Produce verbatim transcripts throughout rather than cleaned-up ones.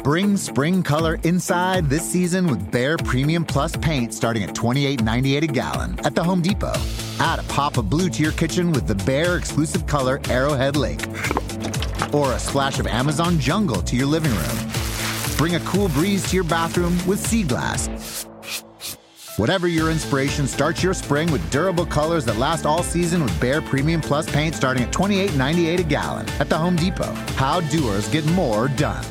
Bring spring color inside this season with Behr Premium Plus paint starting at twenty-eight ninety-eight a gallon at the Home Depot. Add a pop of blue to your kitchen with the Behr exclusive color Arrowhead Lake. Or a splash of Amazon Jungle to your living room. Bring a cool breeze to your bathroom with Sea Glass. Whatever your inspiration, start your spring with durable colors that last all season with Behr Premium Plus paint starting at twenty-eight ninety-eight a gallon at the Home Depot. How doers get more done.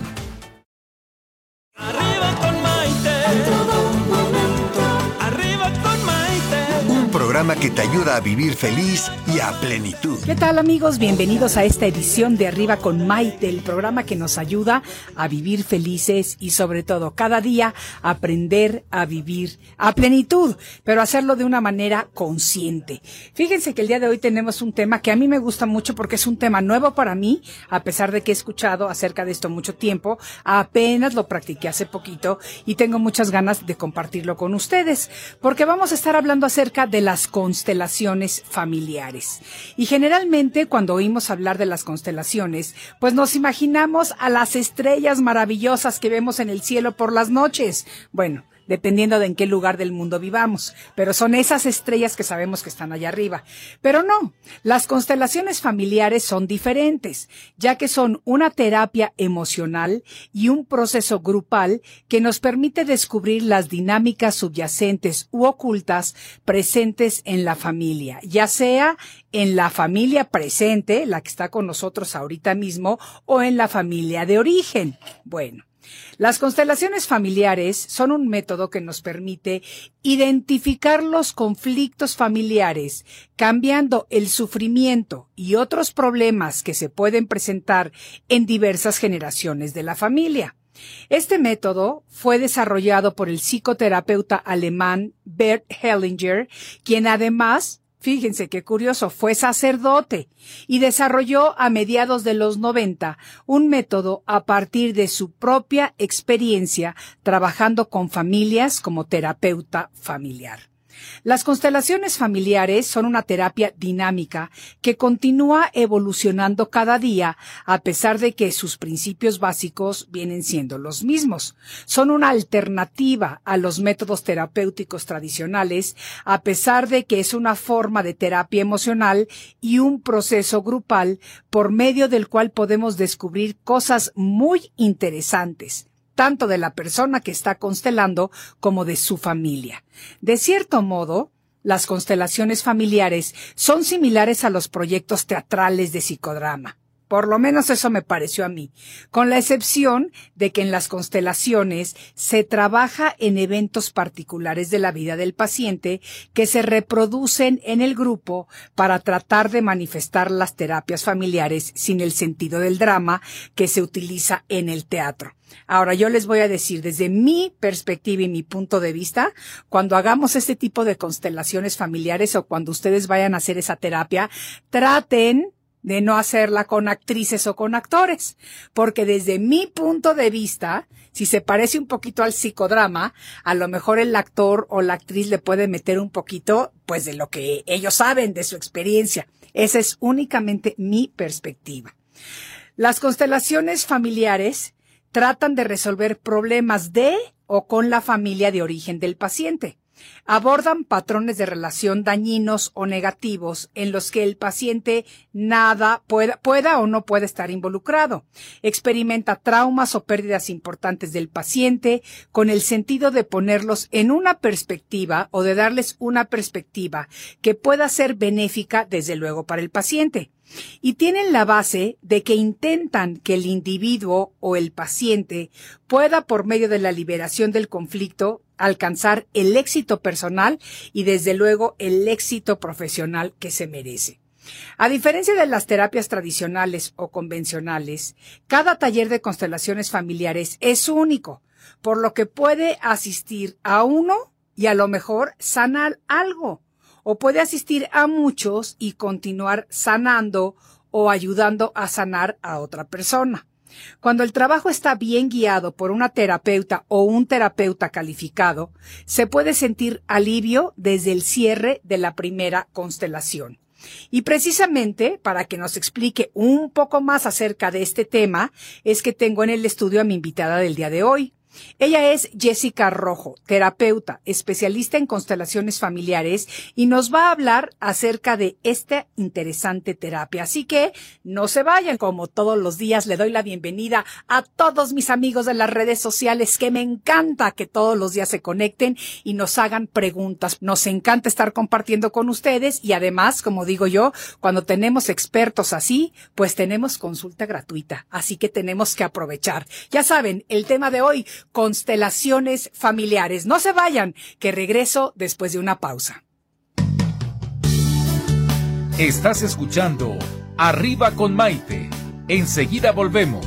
Arriba con Maite. En todo momento. Arriba con Maite. Un programa que te ayuda a vivir feliz y a plenitud. ¿Qué tal, amigos? Bienvenidos a esta edición de Arriba con Maite, el programa que nos ayuda a vivir felices y sobre todo cada día aprender a vivir a plenitud, pero hacerlo de una manera consciente. Fíjense que el día de hoy tenemos un tema que a mí me gusta mucho porque es un tema nuevo para mí, a pesar de que he escuchado acerca de esto mucho tiempo, apenas lo practiqué hace poquito y tengo muchas ganas de compartirlo con ustedes, porque vamos a estar hablando acerca de las constelaciones familiares. Y generalmente cuando oímos hablar de las constelaciones, pues nos imaginamos a las estrellas maravillosas que vemos en el cielo por las noches. Bueno, dependiendo de en qué lugar del mundo vivamos, pero son esas estrellas que sabemos que están allá arriba. Pero no, las constelaciones familiares son diferentes, ya que son una terapia emocional y un proceso grupal que nos permite descubrir las dinámicas subyacentes u ocultas presentes en la familia, ya sea en la familia presente, la que está con nosotros ahorita mismo, o en la familia de origen. Bueno, las constelaciones familiares son un método que nos permite identificar los conflictos familiares, cambiando el sufrimiento y otros problemas que se pueden presentar en diversas generaciones de la familia. Este método fue desarrollado por el psicoterapeuta alemán Bert Hellinger, quien además, fíjense qué curioso, fue sacerdote y desarrolló a mediados de los noventa un método a partir de su propia experiencia trabajando con familias como terapeuta familiar. Las constelaciones familiares son una terapia dinámica que continúa evolucionando cada día a pesar de que sus principios básicos vienen siendo los mismos. Son una alternativa a los métodos terapéuticos tradicionales a pesar de que es una forma de terapia emocional y un proceso grupal por medio del cual podemos descubrir cosas muy interesantes, tanto de la persona que está constelando como de su familia. De cierto modo, las constelaciones familiares son similares a los proyectos teatrales de psicodrama. Por lo menos eso me pareció a mí, con la excepción de que en las constelaciones se trabaja en eventos particulares de la vida del paciente que se reproducen en el grupo para tratar de manifestar las terapias familiares sin el sentido del drama que se utiliza en el teatro. Ahora, yo les voy a decir, desde mi perspectiva y mi punto de vista, cuando hagamos este tipo de constelaciones familiares o cuando ustedes vayan a hacer esa terapia, traten de no hacerla con actrices o con actores, porque desde mi punto de vista, si se parece un poquito al psicodrama, a lo mejor el actor o la actriz le puede meter un poquito, pues, de lo que ellos saben, de su experiencia. Esa es únicamente mi perspectiva. Las constelaciones familiares tratan de resolver problemas de o con la familia de origen del paciente. Abordan patrones de relación dañinos o negativos en los que el paciente nada pueda, pueda o no pueda estar involucrado. Experimenta traumas o pérdidas importantes del paciente con el sentido de ponerlos en una perspectiva o de darles una perspectiva que pueda ser benéfica, desde luego, para el paciente. Y tienen la base de que intentan que el individuo o el paciente pueda, por medio de la liberación del conflicto, alcanzar el éxito personal y, desde luego, el éxito profesional que se merece. A diferencia de las terapias tradicionales o convencionales, cada taller de constelaciones familiares es único, por lo que puede asistir a uno y a lo mejor sanar algo, o puede asistir a muchos y continuar sanando o ayudando a sanar a otra persona. Cuando el trabajo está bien guiado por una terapeuta o un terapeuta calificado, se puede sentir alivio desde el cierre de la primera constelación. Y precisamente para que nos explique un poco más acerca de este tema, es que tengo en el estudio a mi invitada del día de hoy. Ella es Jessica Rojo, terapeuta, especialista en constelaciones familiares, y nos va a hablar acerca de esta interesante terapia. Así que no se vayan. Como todos los días, le doy la bienvenida a todos mis amigos de las redes sociales, que me encanta que todos los días se conecten y nos hagan preguntas. Nos encanta estar compartiendo con ustedes y además, como digo yo, cuando tenemos expertos así, pues tenemos consulta gratuita. Así que tenemos que aprovechar. Ya saben, el tema de hoy, constelaciones familiares. No se vayan, que regreso después de una pausa. Estás escuchando Arriba con Maite. Enseguida volvemos.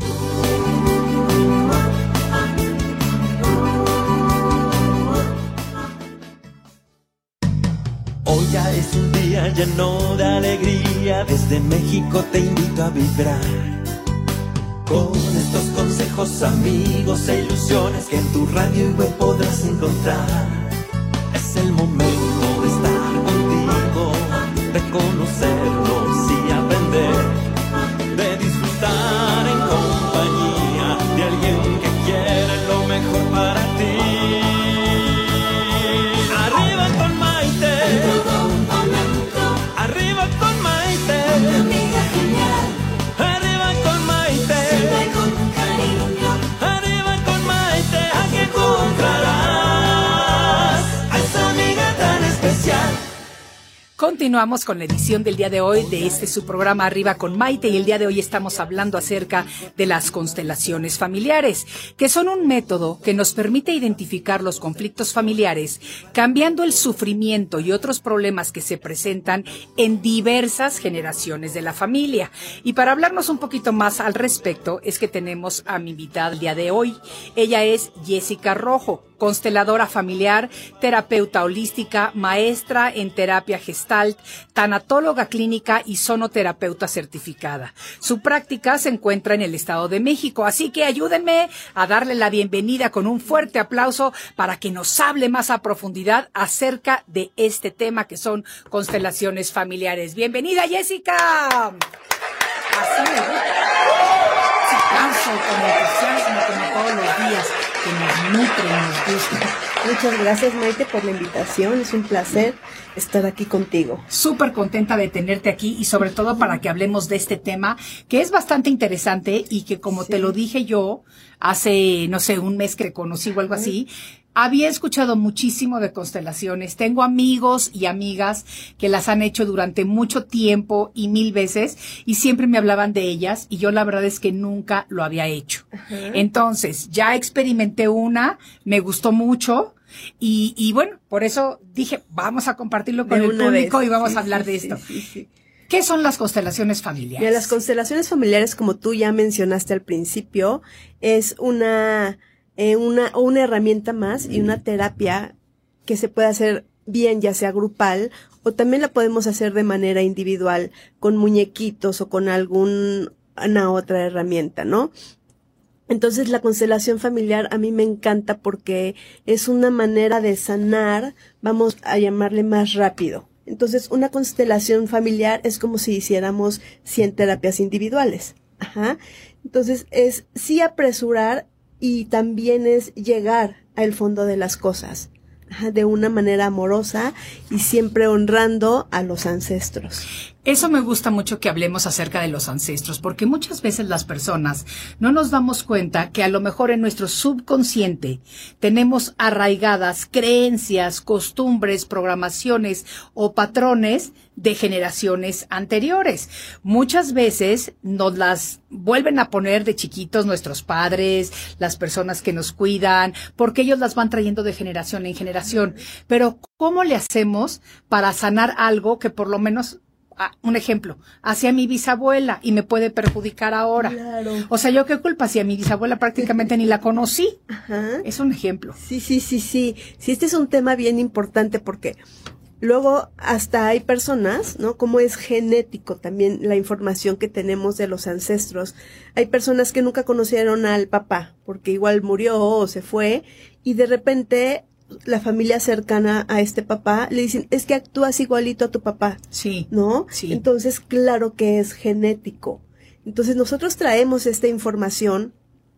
Hoy ya es un día lleno de alegría. Desde México te invito a vibrar con estos consejos, amigos e ilusiones que en tu radio y web podrás encontrar. Es el momento de estar contigo, de conocernos y aprender, de disfrutar en compañía de alguien que quiere lo mejor para ti. Arriba con Maite, arriba con Maite, una amiga genial. Arriba con Maite, con cariño. Arriba con Maite, aquí encontrarás a esa amiga tan especial. Continuamos con la edición del día de hoy de este su programa Arriba con Maite, y el día de hoy estamos hablando acerca de las constelaciones familiares, que son un método que nos permite identificar los conflictos familiares, cambiando el sufrimiento y otros problemas que se presentan en diversas generaciones de la familia. Y para hablarnos un poquito más al respecto es que tenemos a mi invitada el día de hoy. Ella es Jessica Rojo, consteladora familiar, terapeuta holística, maestra en terapia gestalt, tanatóloga clínica y sonoterapeuta certificada. Su práctica se encuentra en el Estado de México, así que ayúdenme a darle la bienvenida con un fuerte aplauso para que nos hable más a profundidad acerca de este tema que son constelaciones familiares. ¡Bienvenida, Jessica! Así me gusta. Un aplauso con entusiasmo, como todos los días, que nos nutre y nos gusta. Muchas gracias, Maite, por la invitación. Es un placer estar aquí contigo. Súper contenta de tenerte aquí y sobre todo para que hablemos de este tema que es bastante interesante y que, como sí. te lo dije yo hace, no sé, un mes que te conocí o algo así, había escuchado muchísimo de constelaciones. Tengo amigos y amigas que las han hecho durante mucho tiempo y mil veces y siempre me hablaban de ellas y yo la verdad es que nunca lo había hecho. Ajá. Entonces, ya experimenté una, me gustó mucho y, y bueno, por eso dije, vamos a compartirlo con de el público vez. y vamos sí, a hablar sí, de esto. Sí, sí, sí. ¿Qué son las constelaciones familiares? Mira, las constelaciones familiares, como tú ya mencionaste al principio, es una... Eh, una, una herramienta más y una terapia que se puede hacer bien, ya sea grupal, o también la podemos hacer de manera individual, con muñequitos o con alguna otra herramienta, ¿no? Entonces, la constelación familiar a mí me encanta porque es una manera de sanar, vamos a llamarle más rápido. Entonces, una constelación familiar es como si hiciéramos cien terapias individuales. Ajá. Entonces, es sí apresurar y también es llegar al fondo de las cosas, ajá, de una manera amorosa y siempre honrando a los ancestros. Eso me gusta mucho que hablemos acerca de los ancestros, porque muchas veces las personas no nos damos cuenta que a lo mejor en nuestro subconsciente tenemos arraigadas creencias, costumbres, programaciones o patrones de generaciones anteriores. Muchas veces nos las vuelven a poner de chiquitos nuestros padres, las personas que nos cuidan, porque ellos las van trayendo de generación en generación. Pero ¿cómo le hacemos para sanar algo que por lo menos... Ah, un ejemplo, hacia mi bisabuela y me puede perjudicar ahora? Claro. O sea, ¿yo qué culpa si a mi bisabuela prácticamente ni la conocí? Ajá. Es un ejemplo. Sí, sí, sí, sí. Sí, este es un tema bien importante porque luego hasta hay personas, ¿no? Como es genético también la información que tenemos de los ancestros. Hay personas que nunca conocieron al papá porque igual murió o se fue y de repente la familia cercana a este papá, le dicen, es que actúas igualito a tu papá. Sí. ¿No? Sí. Entonces, claro que es genético. Entonces, nosotros traemos esta información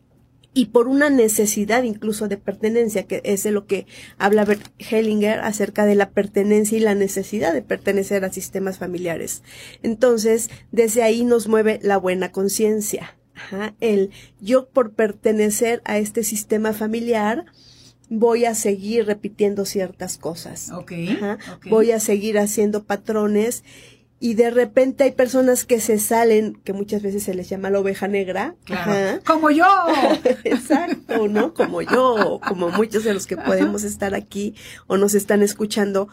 y por una necesidad incluso de pertenencia, que es de lo que habla Bert Hellinger acerca de la pertenencia y la necesidad de pertenecer a sistemas familiares. Entonces, desde ahí nos mueve la buena conciencia. Ajá, el yo por pertenecer a este sistema familiar voy a seguir repitiendo ciertas cosas. Okay, Ajá, okay. Voy a seguir haciendo patrones. Y de repente hay personas que se salen, que muchas veces se les llama la oveja negra. Claro. Ajá. Como yo. Exacto, ¿no? Como yo, como muchos de los que podemos estar aquí o nos están escuchando.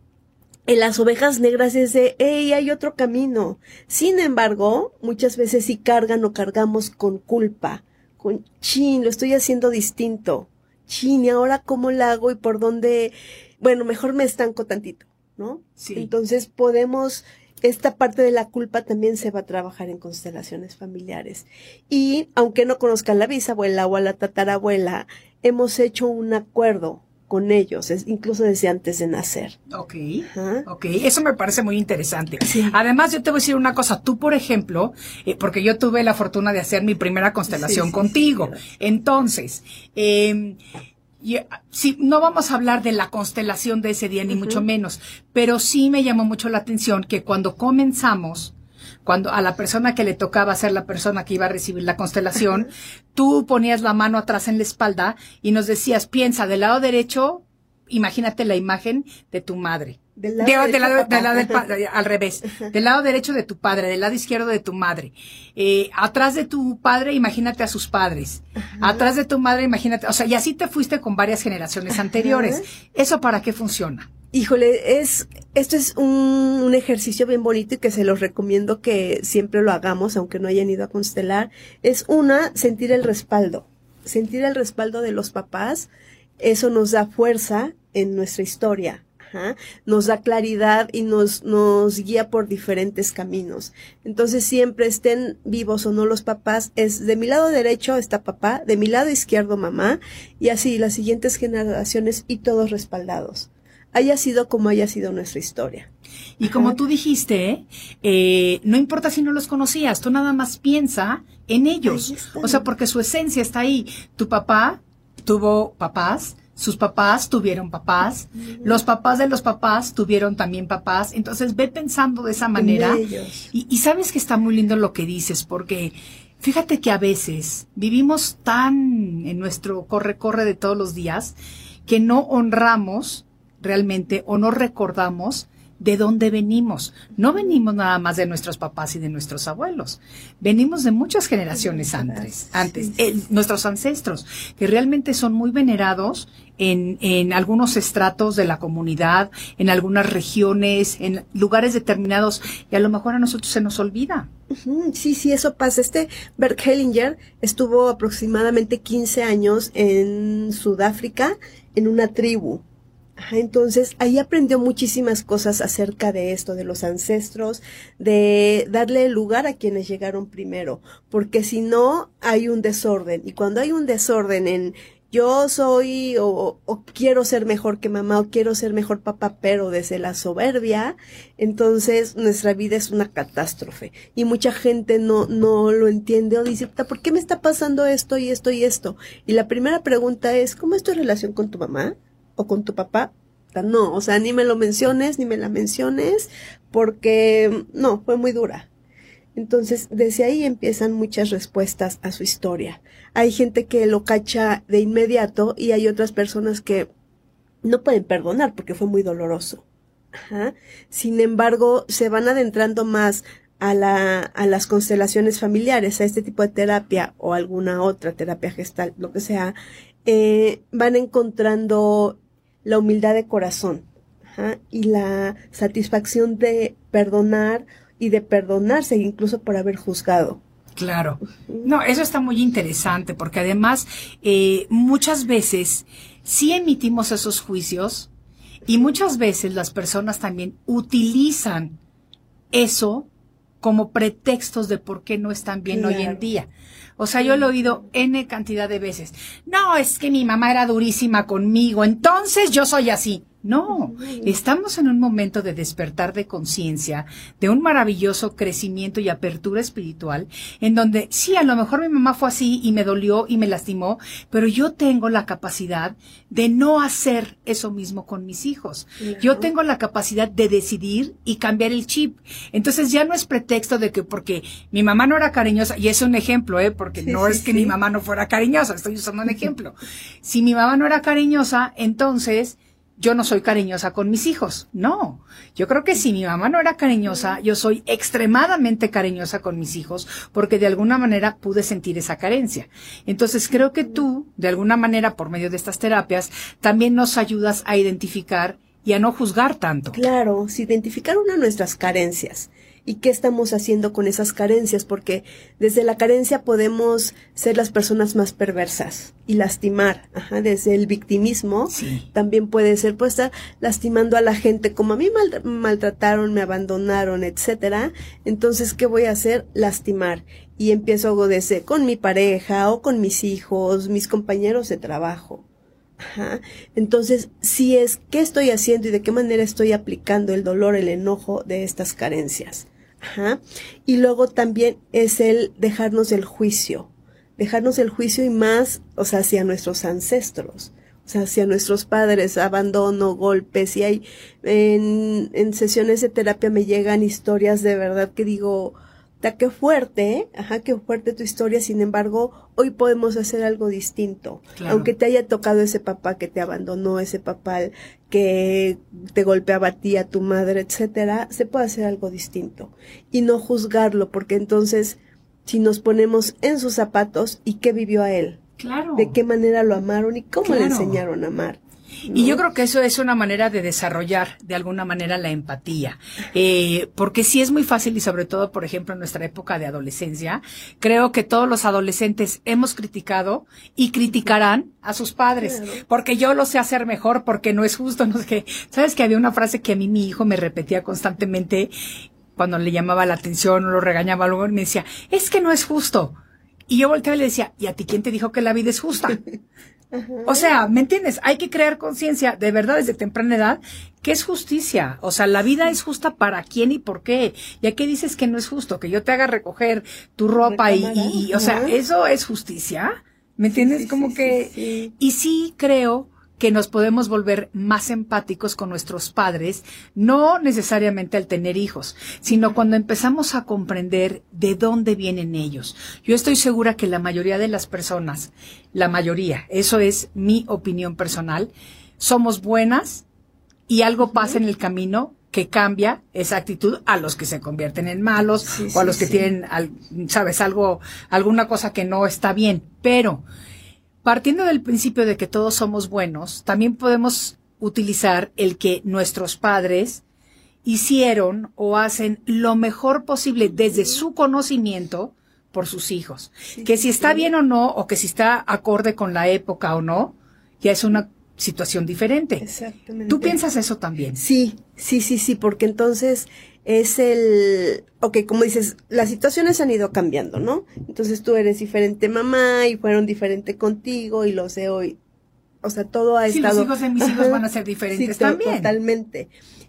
En las ovejas negras es de, hey, hay otro camino. Sin embargo, muchas veces sí cargan o cargamos con culpa. Con, chin, lo estoy haciendo distinto. Chin, ¿y ahora cómo la hago y por dónde? Bueno, mejor me estanco tantito, ¿no? Sí. Entonces podemos... Esta parte de la culpa también se va a trabajar en constelaciones familiares. Y aunque no conozcan la bisabuela o a la tatarabuela, hemos hecho un acuerdo con ellos, es, incluso desde antes de nacer. Ok, Ajá. ok, eso me parece muy interesante. Sí. Además, yo te voy a decir una cosa, tú, por ejemplo, eh, porque yo tuve la fortuna de hacer mi primera constelación Sí, sí, contigo. sí, Entonces, eh, Y, sí, no vamos a hablar de la constelación de ese día, ni uh-huh. mucho menos, pero sí me llamó mucho la atención que cuando comenzamos, cuando a la persona que le tocaba ser la persona que iba a recibir la constelación, uh-huh. tú ponías la mano atrás en la espalda y nos decías, piensa, del lado derecho, imagínate la imagen de tu madre. Del lado, de, de de lado, papá. de lado del pa- al revés, uh-huh. del lado derecho de tu padre, del lado izquierdo de tu madre. Eh, atrás de tu padre, imagínate a sus padres. Uh-huh. Atrás de tu madre, imagínate, o sea, y así te fuiste con varias generaciones uh-huh. anteriores. ¿Eso para qué funciona? Híjole, es, esto es un, un ejercicio bien bonito y que se los recomiendo que siempre lo hagamos, aunque no hayan ido a constelar. Es una, sentir el respaldo. Sentir el respaldo de los papás, eso nos da fuerza en nuestra historia. Ajá. Nos da claridad y nos, nos guía por diferentes caminos. Entonces siempre estén vivos o no los papás, es de mi lado derecho está papá, de mi lado izquierdo mamá, y así las siguientes generaciones y todos respaldados. Haya sido como haya sido nuestra historia. Y como Ajá. tú dijiste, eh, no importa si no los conocías, tú nada más piensa en ellos. O sea, porque su esencia está ahí. Tu papá tuvo papás, sus papás tuvieron papás, uh-huh. los papás de los papás tuvieron también papás, entonces ve pensando de esa manera y, y sabes que está muy lindo lo que dices, porque fíjate que a veces vivimos tan en nuestro corre-corre de todos los días que no honramos realmente o no recordamos de dónde venimos. No venimos nada más de nuestros papás y de nuestros abuelos. Venimos de muchas generaciones antes, antes, eh, nuestros ancestros, que realmente son muy venerados en, en algunos estratos de la comunidad, en algunas regiones, en lugares determinados, y a lo mejor a nosotros se nos olvida. Sí, sí, eso pasa. Este Bert Hellinger estuvo aproximadamente quince años en Sudáfrica, en una tribu. Ajá, entonces ahí aprendió muchísimas cosas acerca de esto, de los ancestros, de darle lugar a quienes llegaron primero, porque si no hay un desorden, y cuando hay un desorden en yo soy o, o quiero ser mejor que mamá o quiero ser mejor papá, pero desde la soberbia, entonces nuestra vida es una catástrofe y mucha gente no no lo entiende o dice, ¿por qué me está pasando esto y esto y esto? Y la primera pregunta es, ¿cómo es tu relación con tu mamá? ¿O con tu papá? No, o sea, ni me lo menciones, ni me la menciones, porque no, fue muy dura. Entonces, desde ahí empiezan muchas respuestas a su historia. Hay gente que lo cacha de inmediato y hay otras personas que no pueden perdonar porque fue muy doloroso. Ajá. Sin embargo, se van adentrando más a la, a las constelaciones familiares, a este tipo de terapia o alguna otra terapia gestal, lo que sea, eh, van encontrando la humildad de corazón, ajá, y la satisfacción de perdonar y de perdonarse incluso por haber juzgado. Claro. No, eso está muy interesante porque además eh, muchas veces sí emitimos esos juicios y muchas veces las personas también utilizan eso como pretextos de por qué no están bien Claro. hoy en día. O sea, yo lo he oído N cantidad de veces. No, es que mi mamá era durísima conmigo, entonces yo soy así. No, estamos en un momento de despertar de conciencia, de un maravilloso crecimiento y apertura espiritual, en donde sí, a lo mejor mi mamá fue así y me dolió y me lastimó, pero yo tengo la capacidad de no hacer eso mismo con mis hijos. Claro. Yo tengo la capacidad de decidir y cambiar el chip. Entonces ya no es pretexto de que porque mi mamá no era cariñosa, y es un ejemplo, ¿eh? Porque Sí, no sí, es que sí. mi mamá no fuera cariñosa, estoy usando un ejemplo. Si mi mamá no era cariñosa, entonces yo no soy cariñosa con mis hijos. No, yo creo que si mi mamá no era cariñosa, yo soy extremadamente cariñosa con mis hijos porque de alguna manera pude sentir esa carencia. Entonces creo que tú, de alguna manera, por medio de estas terapias, también nos ayudas a identificar y a no juzgar tanto. Claro, si identificar una de nuestras carencias y qué estamos haciendo con esas carencias, porque desde la carencia podemos ser las personas más perversas y lastimar. Ajá, desde el victimismo Sí. también puede ser, puede estar lastimando a la gente, como a mí mal, maltrataron, me abandonaron, etcétera. Entonces, ¿qué voy a hacer? Lastimar. Y empiezo desde con mi pareja o con mis hijos, mis compañeros de trabajo. Ajá. Entonces, si es qué estoy haciendo y de qué manera estoy aplicando el dolor, el enojo de estas carencias. Ajá. Y luego también es el dejarnos el juicio, dejarnos el juicio y más, o sea, hacia nuestros ancestros, o sea, hacia nuestros padres, abandono, golpes, y hay, en, en sesiones de terapia me llegan historias de verdad que digo, ta, qué fuerte, ¿eh? Ajá, qué fuerte tu historia, sin embargo, hoy podemos hacer algo distinto, Claro. aunque te haya tocado ese papá que te abandonó, ese papá que te golpeaba a ti, a tu madre, etcétera, se puede hacer algo distinto y no juzgarlo, porque entonces si nos ponemos en sus zapatos y qué vivió a él, Claro. de qué manera lo amaron y cómo le Claro. enseñaron a amar. ¿no? Y yo creo que eso es una manera de desarrollar de alguna manera la empatía, eh, porque sí es muy fácil y sobre todo, por ejemplo, en nuestra época de adolescencia, creo que todos los adolescentes hemos criticado y criticarán a sus padres, Claro. porque yo lo sé hacer mejor, porque no es justo, no sé qué. ¿Sabes que había una frase que a mí mi hijo me repetía constantemente cuando le llamaba la atención o lo regañaba algo? Y me decía, es que no es justo. Y yo volteaba y le decía, ¿y a ti quién te dijo que la vida es justa? O sea, ¿me entiendes? Hay que crear conciencia de verdad desde temprana edad que es justicia. O sea, la vida es justa para quién y por qué. ¿Y a qué dices que no es justo? Que yo te haga recoger tu ropa y, y, y o sea, Ajá. ¿eso es justicia? ¿Me entiendes? sí, Como sí, que... sí, sí. Y sí creo que nos podemos volver más empáticos con nuestros padres, no necesariamente al tener hijos, sino cuando empezamos a comprender de dónde vienen ellos. Yo estoy segura que la mayoría de las personas, la mayoría, eso es mi opinión personal, somos buenas y algo pasa en el camino que cambia esa actitud a los que se convierten en malos Sí, o a sí, los que sí. tienen, al- sabes, algo, alguna cosa que no está bien, pero partiendo del principio de que todos somos buenos, también podemos utilizar el que nuestros padres hicieron o hacen lo mejor posible desde su conocimiento por sus hijos. Sí, Que si está sí. bien o no, o que si está acorde con la época o no, ya es una situación diferente. Exactamente. ¿Tú piensas eso también? Sí, sí, sí, sí, porque entonces es el, ok, como dices, las situaciones han ido cambiando, ¿no? Entonces tú eres diferente mamá y fueron diferente contigo y lo sé hoy. O sea, todo ha Sí, estado. los hijos de mis hijos Ajá. van a ser diferentes Sí, to- también. Totalmente.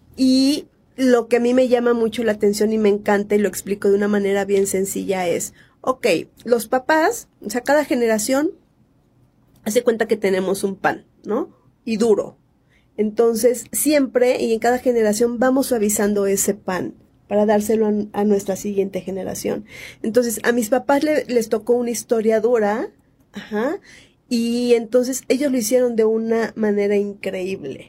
Y lo que a mí me llama mucho la atención y me encanta y lo explico de una manera bien sencilla es, ok, los papás, o sea, cada generación hace cuenta que tenemos un pan, ¿no? Y duro. Entonces, siempre y en cada generación vamos suavizando ese pan para dárselo a, a nuestra siguiente generación. Entonces, a mis papás le- les tocó una historia dura, ajá, y entonces ellos lo hicieron de una manera increíble,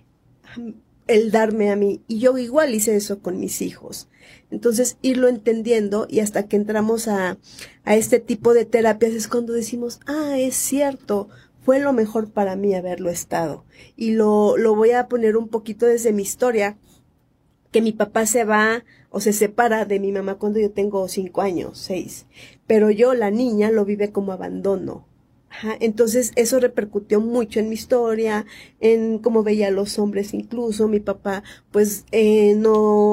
el darme a mí, y yo igual hice eso con mis hijos. Entonces, irlo entendiendo y hasta que entramos a, a este tipo de terapias es cuando decimos, ah, es cierto, fue lo mejor para mí haberlo estado. Y lo, lo voy a poner un poquito desde mi historia, que mi papá se va o se separa de mi mamá cuando yo tengo cinco años, seis. Pero yo, la niña, lo vive como abandono. Ajá, entonces eso repercutió mucho en mi historia, en cómo veía a los hombres incluso. Mi papá, pues, eh, no,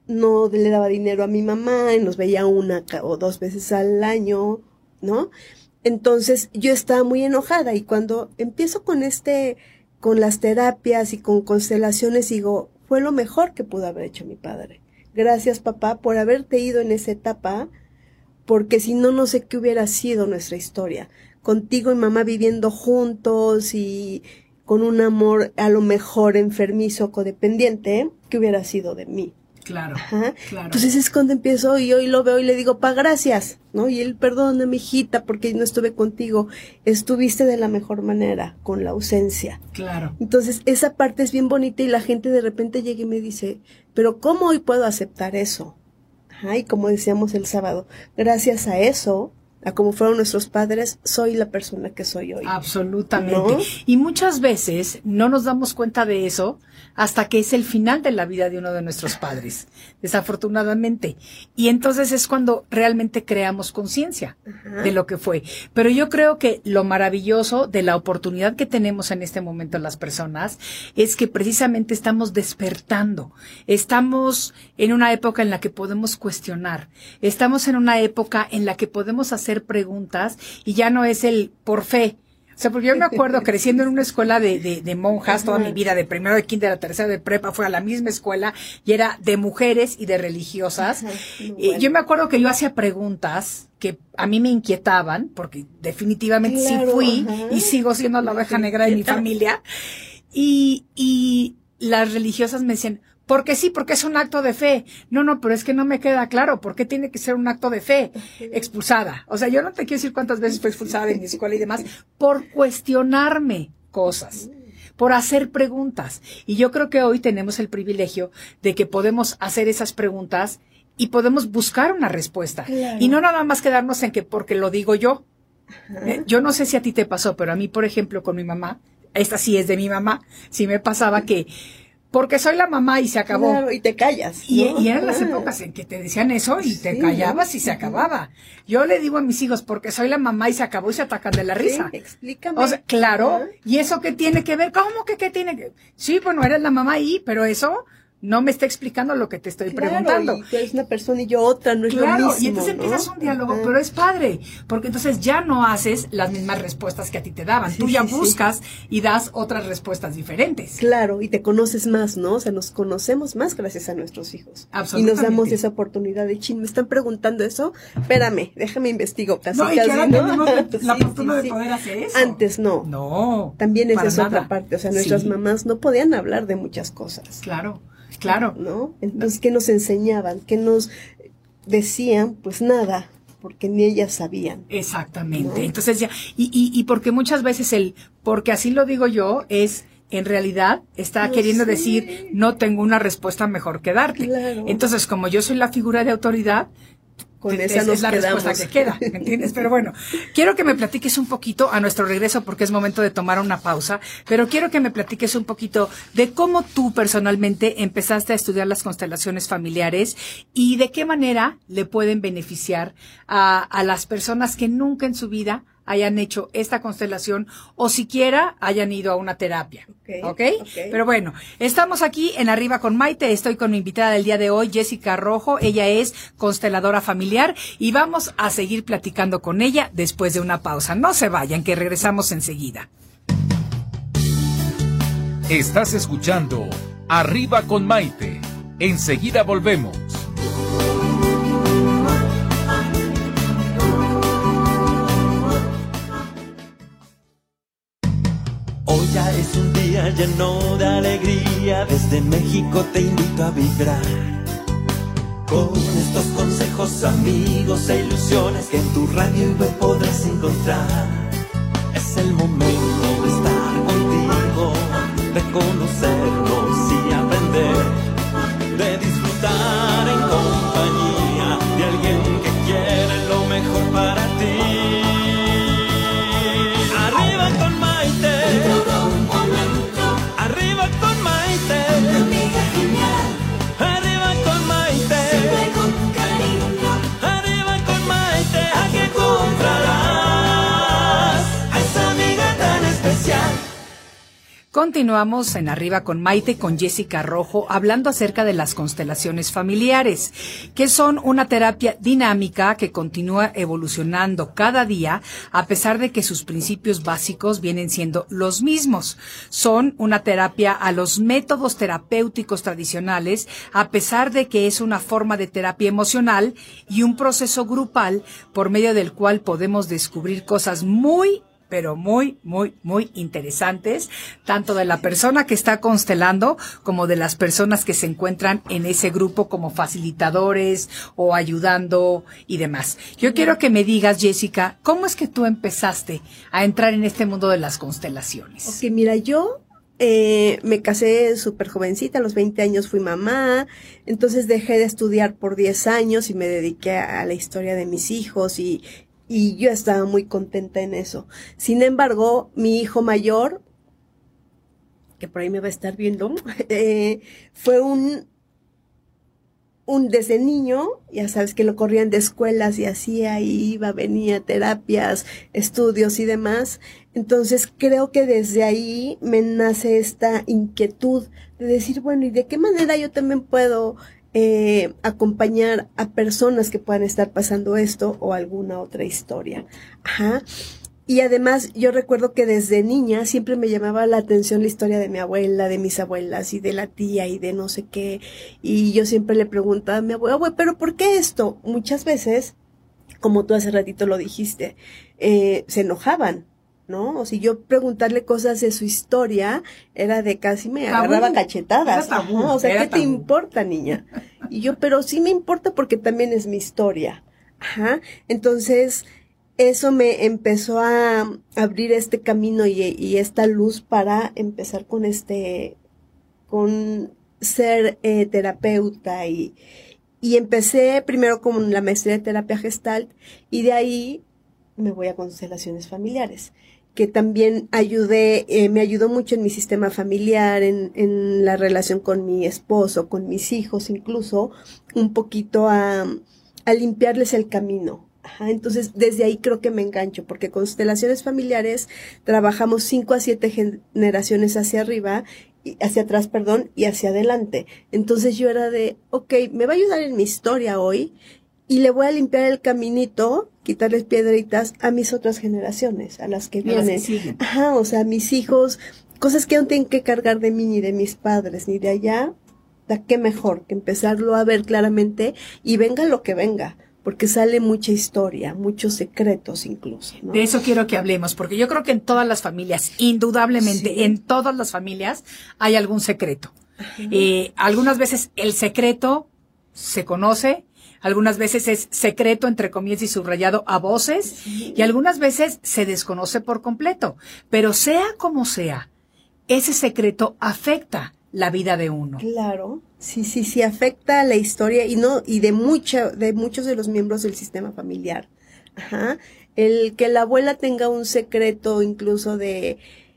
no le daba dinero a mi mamá, y nos veía una o dos veces al año, ¿no? Entonces yo estaba muy enojada, y cuando empiezo con este, con las terapias y con constelaciones, digo, fue lo mejor que pudo haber hecho mi padre. Gracias, papá, por haberte ido en esa etapa, porque si no, no sé qué hubiera sido nuestra historia. Contigo y mamá viviendo juntos y con un amor a lo mejor enfermizo, codependiente, ¿qué hubiera sido de mí? Claro, Ajá. claro. Entonces es cuando empiezo y hoy lo veo y le digo, pa, gracias, ¿no? Y él, perdona, mi hijita, porque no estuve contigo. Estuviste de la mejor manera, con la ausencia. Claro. Entonces esa parte es bien bonita y la gente de repente llega y me dice, pero ¿cómo hoy puedo aceptar eso? Ajá, y como decíamos el sábado, gracias a eso, a como fueron nuestros padres, soy la persona que soy hoy. Absolutamente. ¿No? Y muchas veces no nos damos cuenta de eso hasta que es el final de la vida de uno de nuestros padres, desafortunadamente. Y entonces es cuando realmente creamos conciencia de lo que fue. Pero yo creo que lo maravilloso de la oportunidad que tenemos en este momento las personas es que precisamente estamos despertando. Estamos en una época en la que podemos cuestionar. Estamos en una época en la que podemos hacer preguntas y ya no es el por fe. O sea, porque yo me acuerdo creciendo en una escuela de, de, de monjas toda mi vida, de primero de kinder a tercero de prepa, fue a la misma escuela y era de mujeres y de religiosas. Ajá, Y bueno. yo me acuerdo que yo hacía preguntas que a mí me inquietaban, porque definitivamente Claro, sí fui ajá. y sigo siendo la oveja negra de mi familia. Y, y las religiosas me decían, porque sí, porque es un acto de fe. No, no, pero es que no me queda claro. ¿Por qué tiene que ser un acto de fe? Expulsada. O sea, yo no te quiero decir cuántas veces fui expulsada de mi escuela y demás por cuestionarme cosas, por hacer preguntas. Y yo creo que hoy tenemos el privilegio de que podemos hacer esas preguntas y podemos buscar una respuesta. Claro. Y no nada más quedarnos en que porque lo digo yo. Eh, yo no sé si a ti te pasó, pero a mí, por ejemplo, con mi mamá, esta sí es de mi mamá, sí me pasaba que porque soy la mamá y se acabó. Claro, y te callas, Y, ¿no? y eran las Ajá. épocas en que te decían eso y te Sí, callabas ¿no? y se acababa. Yo le digo a mis hijos, porque soy la mamá y se acabó y se atacan de la risa. Sí, explícame. O sea, claro, Ajá. ¿y eso qué tiene que ver? ¿Cómo que qué tiene que ver? Sí, bueno, eres la mamá ahí, pero eso no me está explicando lo que te estoy Claro, preguntando. y tú eres una persona y yo otra, no es lo Claro, mismo, y entonces ¿no? empiezas un diálogo, Ajá. pero es padre, porque entonces ya no haces las mismas respuestas que a ti te daban. Sí, Tú ya sí, sí. buscas y das otras respuestas diferentes. Claro, y te conoces más, ¿no? O sea, nos conocemos más gracias a nuestros hijos. Y Absolutamente. nos damos esa oportunidad de, chin, me están preguntando eso, espérame, déjame investigo. Casi, No, y casi, que ahora ¿no? tenemos la Sí, fortuna sí, de sí. poder hacer eso. Antes no. No. También esa para es nada. otra parte. O sea, nuestras Sí, mamás no podían hablar de muchas cosas. Claro, claro. ¿No? Entonces, ¿qué nos enseñaban? ¿Qué nos decían? Pues nada, porque ni ellas sabían. Exactamente. ¿No? Entonces ya, y, y, y porque muchas veces el, porque así lo digo yo, es, en realidad, está Yo queriendo sé. decir, no tengo una respuesta mejor que darte. Claro. Entonces, como yo soy la figura de autoridad, Con es, esa es nos la quedamos. respuesta que queda, ¿me entiendes? Pero bueno, quiero que me platiques un poquito a nuestro regreso porque es momento de tomar una pausa, pero quiero que me platiques un poquito de cómo tú personalmente empezaste a estudiar las constelaciones familiares y de qué manera le pueden beneficiar a, a las personas que nunca en su vida hayan hecho esta constelación o siquiera hayan ido a una terapia. Ok, ¿Ok? ok. Pero bueno, estamos aquí en Arriba con Maite. Estoy con mi invitada del día de hoy, Jessica Rojo. Ella es consteladora familiar y vamos a seguir platicando con ella después de una pausa. No se vayan, que regresamos enseguida. Estás escuchando Arriba con Maite. Enseguida volvemos. Hoy ya es un día lleno de alegría, desde México te invito a vibrar. Con estos consejos, amigos e ilusiones que en tu radio y web podrás encontrar. Es el momento de estar contigo, de conocernos y aprender, de disfrutar en compañía de alguien que quiere lo mejor para ti. Arriba con Maite, arriba con Maite, arriba con Maite, arriba con Maite, aquí encontrarás a esa amiga tan especial. Continuamos en Arriba con Maite, con Jessica Rojo, hablando acerca de las constelaciones familiares, que son una terapia dinámica que continúa evolucionando cada día, a pesar de que sus principios básicos vienen siendo los mismos. Son una terapia a los métodos terapéuticos tradicionales, a pesar de que es una forma de terapia emocional y un proceso grupal por medio del cual podemos descubrir cosas muy pero muy, muy, muy interesantes, tanto de la persona que está constelando como de las personas que se encuentran en ese grupo como facilitadores o ayudando y demás. Yo quiero que me digas, Jessica, ¿cómo es que tú empezaste a entrar en este mundo de las constelaciones? Ok, mira, yo eh, me casé súper jovencita, a los veinte años fui mamá, entonces dejé de estudiar por diez años y me dediqué a la historia de mis hijos y Y yo estaba muy contenta en eso. Sin embargo, mi hijo mayor, que por ahí me va a estar viendo, eh, fue un, un desde niño, ya sabes que lo corrían de escuelas y hacía, iba, venía, terapias, estudios y demás. Entonces creo que desde ahí me nace esta inquietud de decir, bueno, ¿y de qué manera yo también puedo Eh, acompañar a personas que puedan estar pasando esto o alguna otra historia? Ajá. Y además yo recuerdo que desde niña siempre me llamaba la atención la historia de mi abuela, de mis abuelas y de la tía y de no sé qué. Y yo siempre le preguntaba a mi abuela, abuela, ¿pero por qué esto? Muchas veces, como tú hace ratito lo dijiste, eh, se enojaban, ¿no? O sea, yo preguntarle cosas de su historia era de casi me tabú. Agarraba cachetadas. Era tabú, Ajá, o sea, era ¿qué te tabú. importa, niña? Y yo, pero sí me importa porque también es mi historia. Ajá. Entonces, eso me empezó a abrir este camino y, y esta luz para empezar con este, con ser eh, terapeuta y, y empecé primero con la maestría de terapia Gestalt y de ahí me voy a constelaciones familiares, que también ayudé, eh, me ayudó mucho en mi sistema familiar, en, en la relación con mi esposo, con mis hijos, incluso un poquito a, a limpiarles el camino. Ajá, entonces desde ahí creo que me engancho, porque constelaciones familiares trabajamos cinco a siete generaciones hacia arriba, y hacia atrás, perdón, y hacia adelante. Entonces yo era de, ok, me va a ayudar en mi historia hoy, y le voy a limpiar el caminito, quitarles piedritas a mis otras generaciones, a las que vienen. Las que siguen. Ajá, o sea, a mis hijos, cosas que no tienen que cargar de mí, ni de mis padres, ni de allá, da qué mejor que empezarlo a ver claramente y venga lo que venga, porque sale mucha historia, muchos secretos incluso, ¿no? De eso quiero que hablemos, porque yo creo que en todas las familias, indudablemente, Sí. en todas las familias hay algún secreto. Eh, algunas veces el secreto se conoce, algunas veces es secreto, entre comillas y subrayado, a voces, sí. Y algunas veces se desconoce por completo. Pero sea como sea, ese secreto afecta la vida de uno. Claro, sí, sí, sí, afecta la historia y no, y de mucha, de muchos de los miembros del sistema familiar. Ajá. El que la abuela tenga un secreto incluso de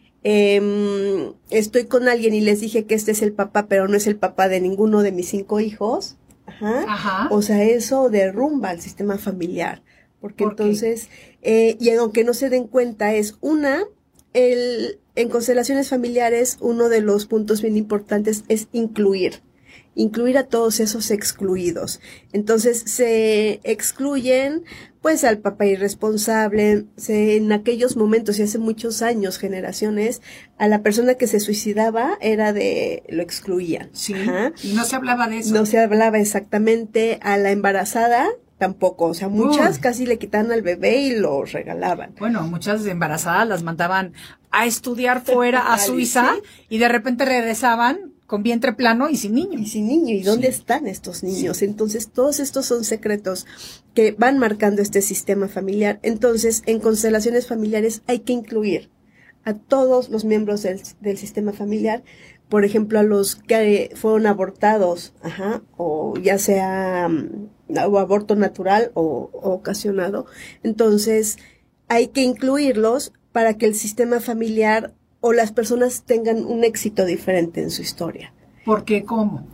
eh, estoy con alguien y les dije que este es el papá, pero no es el papá de ninguno de mis cinco hijos. Ajá. Ajá. O sea, eso derrumba el sistema familiar. Porque ¿Por entonces, eh, y aunque no se den cuenta, es una, el, en constelaciones familiares, uno de los puntos bien importantes es incluir. Incluir a todos esos excluidos. Entonces, se excluyen, pues, al papá irresponsable, se, en aquellos momentos, y hace muchos años, generaciones, a la persona que se suicidaba era de, lo excluían. Sí, Ajá. Y no se hablaba de eso. No se hablaba exactamente. A la embarazada, tampoco. O sea, muchas Uy. casi le quitaban al bebé y lo regalaban. Bueno, muchas embarazadas las mandaban a estudiar fuera a Suiza y de repente regresaban con vientre plano y sin niño. Y sin niño. ¿Y dónde Sí. están estos niños? Sí. Entonces, todos estos son secretos que van marcando este sistema familiar. Entonces, en constelaciones familiares hay que incluir a todos los miembros del, del sistema familiar. Por ejemplo, a los que fueron abortados, ajá, o ya sea um, o aborto natural o, o ocasionado. Entonces, hay que incluirlos para que el sistema familiar o las personas tengan un éxito diferente en su historia. ¿Por qué? ¿Cómo?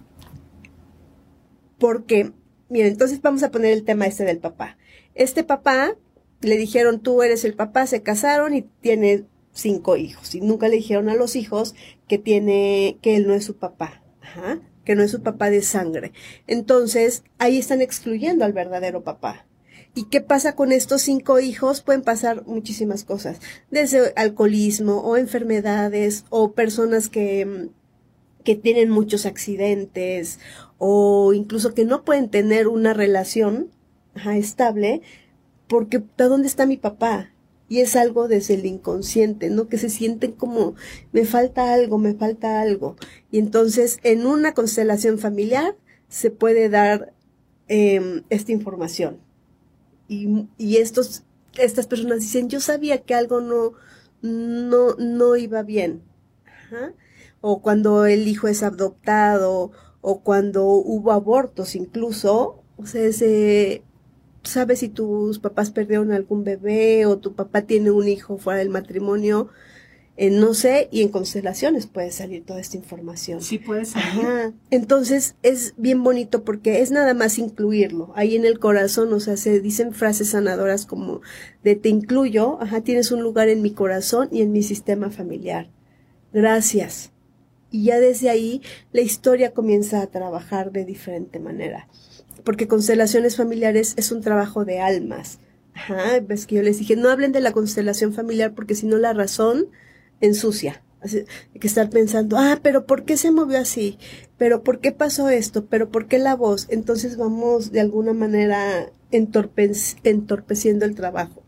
Porque, miren, entonces vamos a poner el tema este del papá. Este papá, le dijeron, tú eres el papá, se casaron y tiene cinco hijos y nunca le dijeron a los hijos que tiene, que él no es su papá, ajá, que no es su papá de sangre. Entonces, ahí están excluyendo al verdadero papá. ¿Y qué pasa con estos cinco hijos? Pueden pasar muchísimas cosas, desde alcoholismo o enfermedades o personas que, que tienen muchos accidentes o incluso que no pueden tener una relación ajá, estable porque ¿a dónde está mi papá? Y es algo desde el inconsciente, ¿no? Que se sienten como, me falta algo, me falta algo. Y entonces, en una constelación familiar, se puede dar eh, esta información. Y, y estos, estas personas dicen, yo sabía que algo no, no, no iba bien. Ajá. O cuando el hijo es adoptado, o cuando hubo abortos incluso, o sea, ese... sabes si tus papás perdieron algún bebé o tu papá tiene un hijo fuera del matrimonio, eh, no sé, y en constelaciones puede salir toda esta información. Sí, puede salir. Ajá. Entonces es bien bonito porque es nada más incluirlo. Ahí en el corazón, o sea, se dicen frases sanadoras como de te incluyo, ajá, tienes un lugar en mi corazón y en mi sistema familiar. Gracias. Y ya desde ahí la historia comienza a trabajar de diferente manera. Porque constelaciones familiares es un trabajo de almas. Ajá, ves que yo les dije, no hablen de la constelación familiar porque si no la razón ensucia. Así, hay que estar pensando, ah, pero ¿por qué se movió así? ¿Pero por qué pasó esto? ¿Pero por qué la voz? Entonces vamos de alguna manera entorpe- entorpeciendo el trabajo.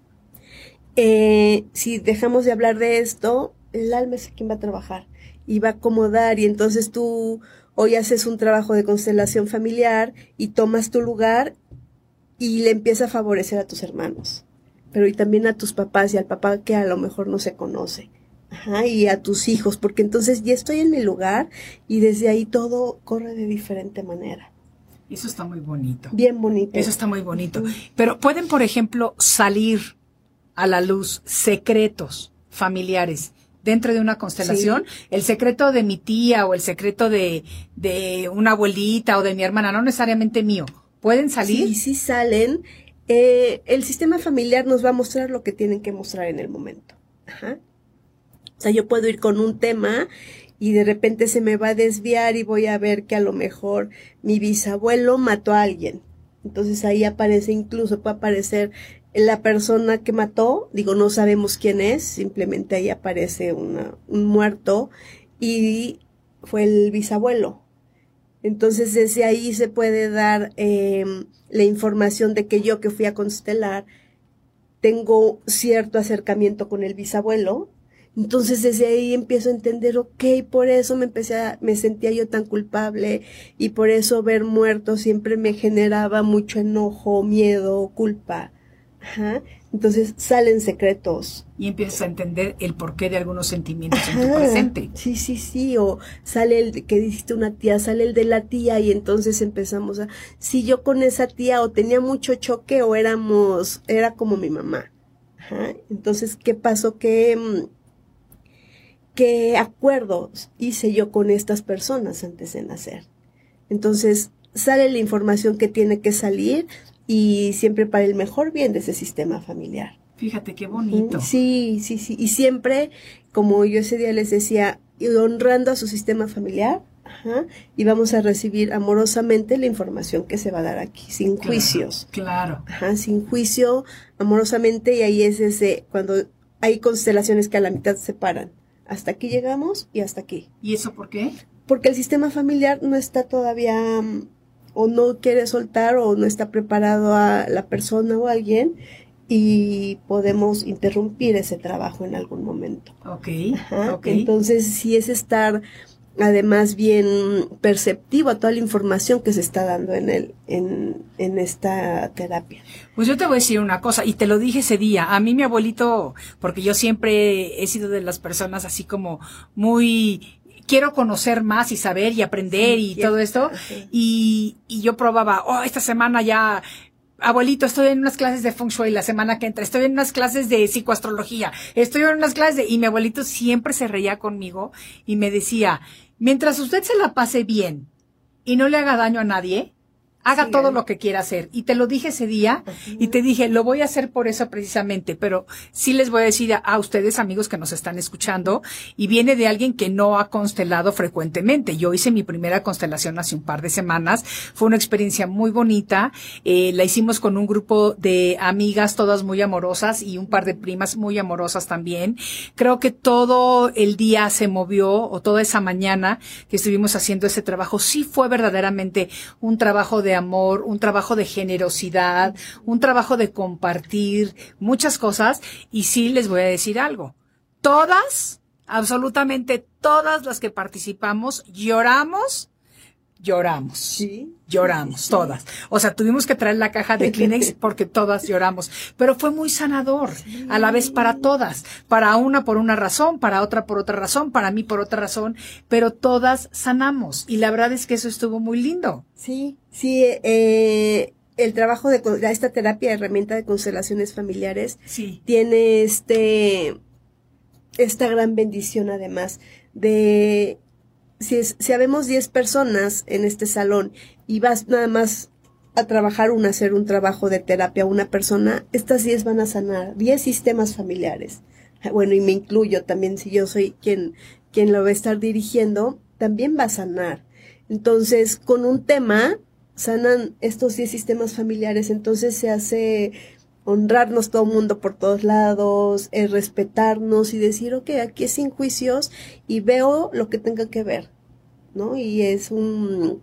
Eh, si dejamos de hablar de esto, el alma es quien va a trabajar y va a acomodar y entonces tú... hoy haces un trabajo de constelación familiar y tomas tu lugar y le empieza a favorecer a tus hermanos, pero y también a tus papás y al papá que a lo mejor no se conoce, ajá, y a tus hijos, porque entonces ya estoy en mi lugar y desde ahí todo corre de diferente manera. Eso está muy bonito. Bien bonito. Eso está muy bonito. Pero pueden, por ejemplo, salir a la luz secretos familiares dentro de una constelación, sí. El secreto de mi tía o el secreto de, de una abuelita o de mi hermana, no necesariamente mío. ¿Pueden salir? Sí, sí salen. Eh, el sistema familiar nos va a mostrar lo que tienen que mostrar en el momento. Ajá. O sea, yo puedo ir con un tema y de repente se me va a desviar y voy a ver que a lo mejor mi bisabuelo mató a alguien. Entonces ahí aparece, incluso puede aparecer la persona que mató, digo, no sabemos quién es, simplemente ahí aparece una, un muerto y fue el bisabuelo. Entonces desde ahí se puede dar eh, la información de que yo que fui a constelar tengo cierto acercamiento con el bisabuelo. Entonces desde ahí empiezo a entender, ok, por eso me empecé a, me sentía yo tan culpable y por eso ver muertos siempre me generaba mucho enojo, miedo, culpa. Ajá. Entonces salen secretos. Y empiezas a entender el porqué de algunos sentimientos Ajá. en tu presente. Sí, sí, sí. O sale el que dijiste una tía, sale el de la tía y entonces empezamos a, si yo con esa tía o tenía mucho choque o éramos, era como mi mamá. Ajá. Entonces, ¿qué pasó? ¿Qué, qué acuerdos hice yo con estas personas antes de nacer? Entonces, sale la información que tiene que salir y siempre para el mejor bien de ese sistema familiar. Fíjate qué bonito. Sí, sí, sí. Y siempre, como yo ese día les decía, honrando a su sistema familiar, ajá, y vamos a recibir amorosamente la información que se va a dar aquí, sin claro, juicios. Claro. Ajá, sin juicio, amorosamente, y ahí es ese, cuando hay constelaciones que a la mitad se separan. Hasta aquí llegamos y hasta aquí. ¿Y eso por qué? Porque el sistema familiar no está todavía... o no quiere soltar o no está preparado a la persona o a alguien y podemos interrumpir ese trabajo en algún momento. Ok, Ajá. okay. Entonces sí es estar además bien perceptivo a toda la información que se está dando en el en, en esta terapia. Pues yo te voy a decir una cosa, y te lo dije ese día, a mí mi abuelito, porque yo siempre he sido de las personas así como muy... quiero conocer más y saber y aprender sí, y todo esto. Y, y yo probaba, oh, esta semana ya, abuelito, estoy en unas clases de Feng Shui la semana que entra, estoy en unas clases de psicoastrología, estoy en unas clases de... Y mi abuelito siempre se reía conmigo y me decía, mientras usted se la pase bien y no le haga daño a nadie, haga sí, todo ¿eh? lo que quiera hacer. Y te lo dije ese día, Ajá. y te dije, lo voy a hacer por eso precisamente, pero sí les voy a decir a, a ustedes, amigos que nos están escuchando, y viene de alguien que no ha constelado frecuentemente. Yo hice mi primera constelación hace un par de semanas, fue una experiencia muy bonita, eh, la hicimos con un grupo de amigas, todas muy amorosas, y un par de primas muy amorosas también. Creo que todo el día se movió, o toda esa mañana que estuvimos haciendo ese trabajo, sí fue verdaderamente un trabajo de amor, un trabajo de generosidad, un trabajo de compartir muchas cosas. Y sí les voy a decir algo, todas, absolutamente todas las que participamos, lloramos, lloramos, Sí. lloramos, Sí. todas. O sea, tuvimos que traer la caja de Kleenex porque todas lloramos, pero fue muy sanador, Sí. a la vez para todas, para una por una razón, para otra por otra razón, para mí por otra razón, pero todas sanamos, y la verdad es que eso estuvo muy lindo. Sí, sí, eh, el trabajo de con- esta terapia, herramienta de constelaciones familiares, Sí. tiene este, esta gran bendición además de, si, es, si habemos diez personas en este salón y vas nada más a trabajar una, hacer un trabajo de terapia a una persona, estas diez van a sanar, diez sistemas familiares. Bueno, y me incluyo también, si yo soy quien, quien lo va a estar dirigiendo, también va a sanar. Entonces, con un tema, sanan estos diez sistemas familiares, entonces se hace honrarnos todo el mundo por todos lados, eh, respetarnos y decir, ok, aquí es sin juicios y veo lo que tenga que ver, ¿no? Y es un...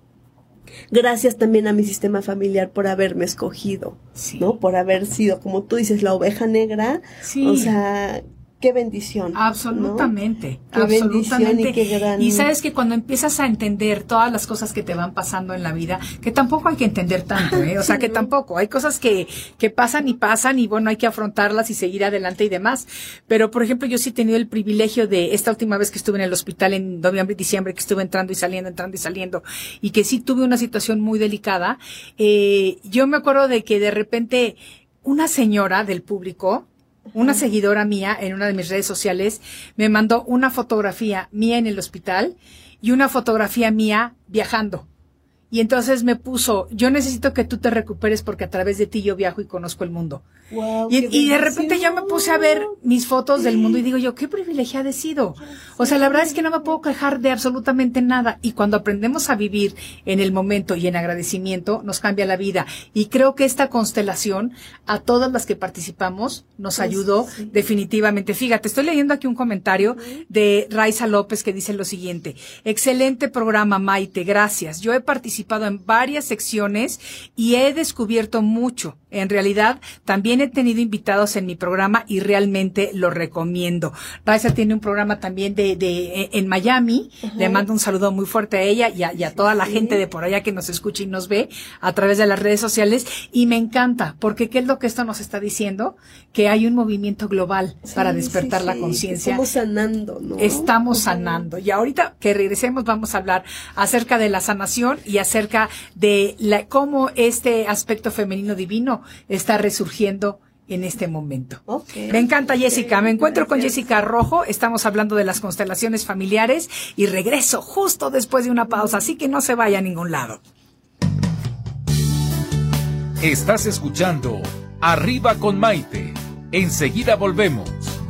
Gracias también a mi sistema familiar por haberme escogido, Sí. ¿no? Por haber sido, como tú dices, la oveja negra. Sí. O sea, qué bendición. Absolutamente, ¿no? Qué absolutamente. bendición y qué gran... Y sabes que cuando empiezas a entender todas las cosas que te van pasando en la vida, que tampoco hay que entender tanto, ¿eh? O sea, que tampoco, hay cosas que, que pasan y pasan y bueno, hay que afrontarlas y seguir adelante y demás. Pero, por ejemplo, yo sí he tenido el privilegio de esta última vez que estuve en el hospital en noviembre y diciembre, que estuve entrando y saliendo, entrando y saliendo, y que sí tuve una situación muy delicada. Eh, yo me acuerdo de que de repente una señora del público, una seguidora mía en una de mis redes sociales me mandó una fotografía mía en el hospital y una fotografía mía viajando. Y entonces me puso, yo necesito que tú te recuperes porque a través de ti yo viajo y conozco el mundo. Wow, Y, qué y de repente yo me puse a ver mis fotos del mundo y digo yo, qué privilegiada he sido. O sea, la verdad es que no me puedo quejar de absolutamente nada. Y cuando aprendemos a vivir en el momento y en agradecimiento, nos cambia la vida. Y creo que esta constelación, a todas las que participamos, nos Pues, ayudó sí. definitivamente. Fíjate, estoy leyendo aquí un comentario de Raiza López que dice lo siguiente. Excelente programa, Maite, gracias. Yo he participado en varias secciones y he descubierto mucho. En realidad, también he tenido invitados en mi programa y realmente lo recomiendo. Raiza tiene un programa también de, de en Miami. Ajá. Le mando un saludo muy fuerte a ella y a, y a toda la Sí. gente de por allá que nos escucha y nos ve a través de las redes sociales. Y me encanta, porque ¿qué es lo que esto nos está diciendo? Que hay un movimiento global Sí, para despertar sí, la sí, conciencia. Estamos sanando, ¿no? Estamos Ajá. sanando. Y ahorita que regresemos vamos a hablar acerca de la sanación y acerca de la, cómo este aspecto femenino divino está resurgiendo en este momento. Okay. Me encanta, Jessica. Me encuentro con Gracias. Jessica Rojo. Estamos hablando de las constelaciones familiares y regreso justo después de una pausa, así que no se vaya a ningún lado. Estás escuchando Arriba con Maite. Enseguida volvemos.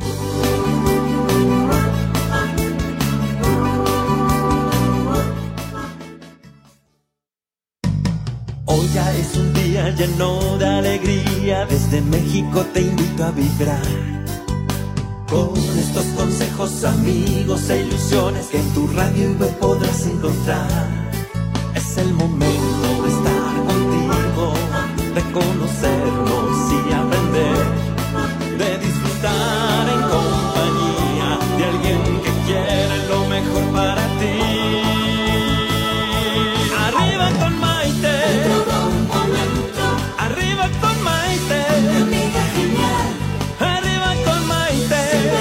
Hoy ya es un día lleno de alegría, desde México te invito a vibrar. Con estos consejos, amigos e ilusiones que en tu radio y web podrás encontrar. Es el momento de estar contigo, de conocernos y aprender, de disfrutar en compañía de alguien que quiere lo mejor para ti. Arriba con Maite, arriba con Maite, arriba con Maite,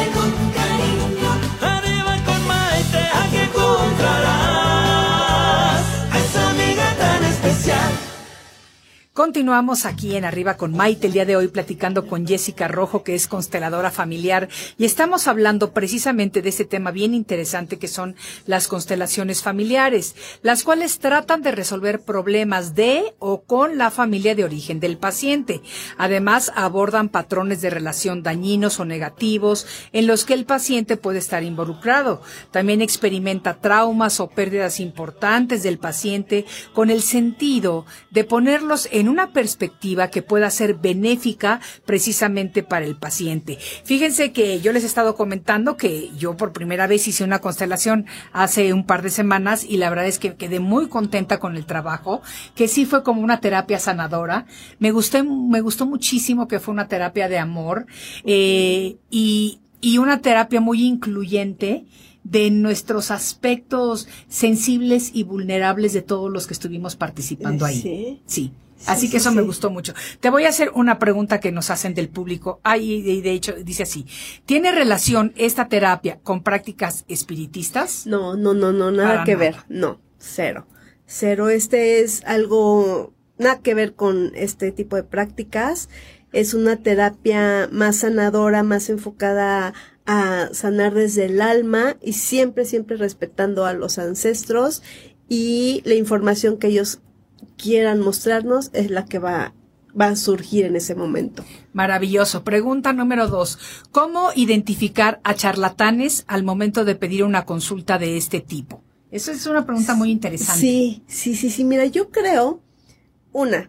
arriba con Maite, aquí encontrarás a esa amiga tan especial. Continuamos aquí en Arriba con Maite, el día de hoy platicando con Jessica Rojo, que es consteladora familiar, y estamos hablando precisamente de este tema bien interesante que son las constelaciones familiares, las cuales tratan de resolver problemas de o con la familia de origen del paciente. Además, abordan patrones de relación dañinos o negativos en los que el paciente puede estar involucrado. También experimenta traumas o pérdidas importantes del paciente con el sentido de ponerlos en en una perspectiva que pueda ser benéfica precisamente para el paciente. Fíjense que yo les he estado comentando que yo por primera vez hice una constelación hace un par de semanas y la verdad es que quedé muy contenta con el trabajo, que sí fue como una terapia sanadora. Me gusté, me gustó muchísimo que fue una terapia de amor eh, y, y una terapia muy incluyente de nuestros aspectos sensibles y vulnerables de todos los que estuvimos participando ahí. Sí. Sí. Así sí, que eso sí, me sí. gustó mucho. Te voy a hacer una pregunta que nos hacen del público. Ay, de, de hecho, dice así. ¿Tiene relación esta terapia con prácticas espiritistas? No, no, no, no, nada Para que nada. ver. No, cero. Cero. Este es algo, nada que ver con este tipo de prácticas. Es una terapia más sanadora, más enfocada a sanar desde el alma y siempre, siempre respetando a los ancestros y la información que ellos quieran mostrarnos es la que va, va a surgir en ese momento. Maravilloso. Pregunta número dos. ¿Cómo identificar a charlatanes al momento de pedir una consulta de este tipo? Eso es una pregunta muy interesante. Sí, sí, sí, sí. Mira, yo creo, una,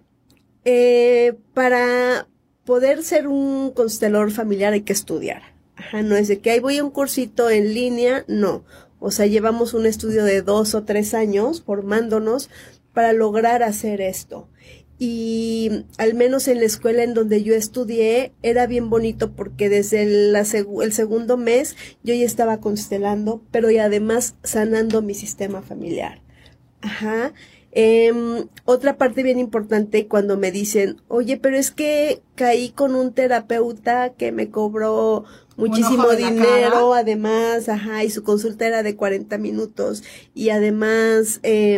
eh, para poder ser un constelador familiar hay que estudiar. Ajá, no es de que ahí voy a un cursito en línea, no. O sea, llevamos un estudio de dos o tres años formándonos para lograr hacer esto. Y al menos en la escuela en donde yo estudié era bien bonito porque desde el, la seg- el segundo mes yo ya estaba constelando, pero y además sanando mi sistema familiar. Ajá. Eh, otra parte bien importante cuando me dicen, oye, pero es que caí con un terapeuta que me cobró muchísimo dinero, además, ajá, y su consulta era de cuarenta minutos y además eh,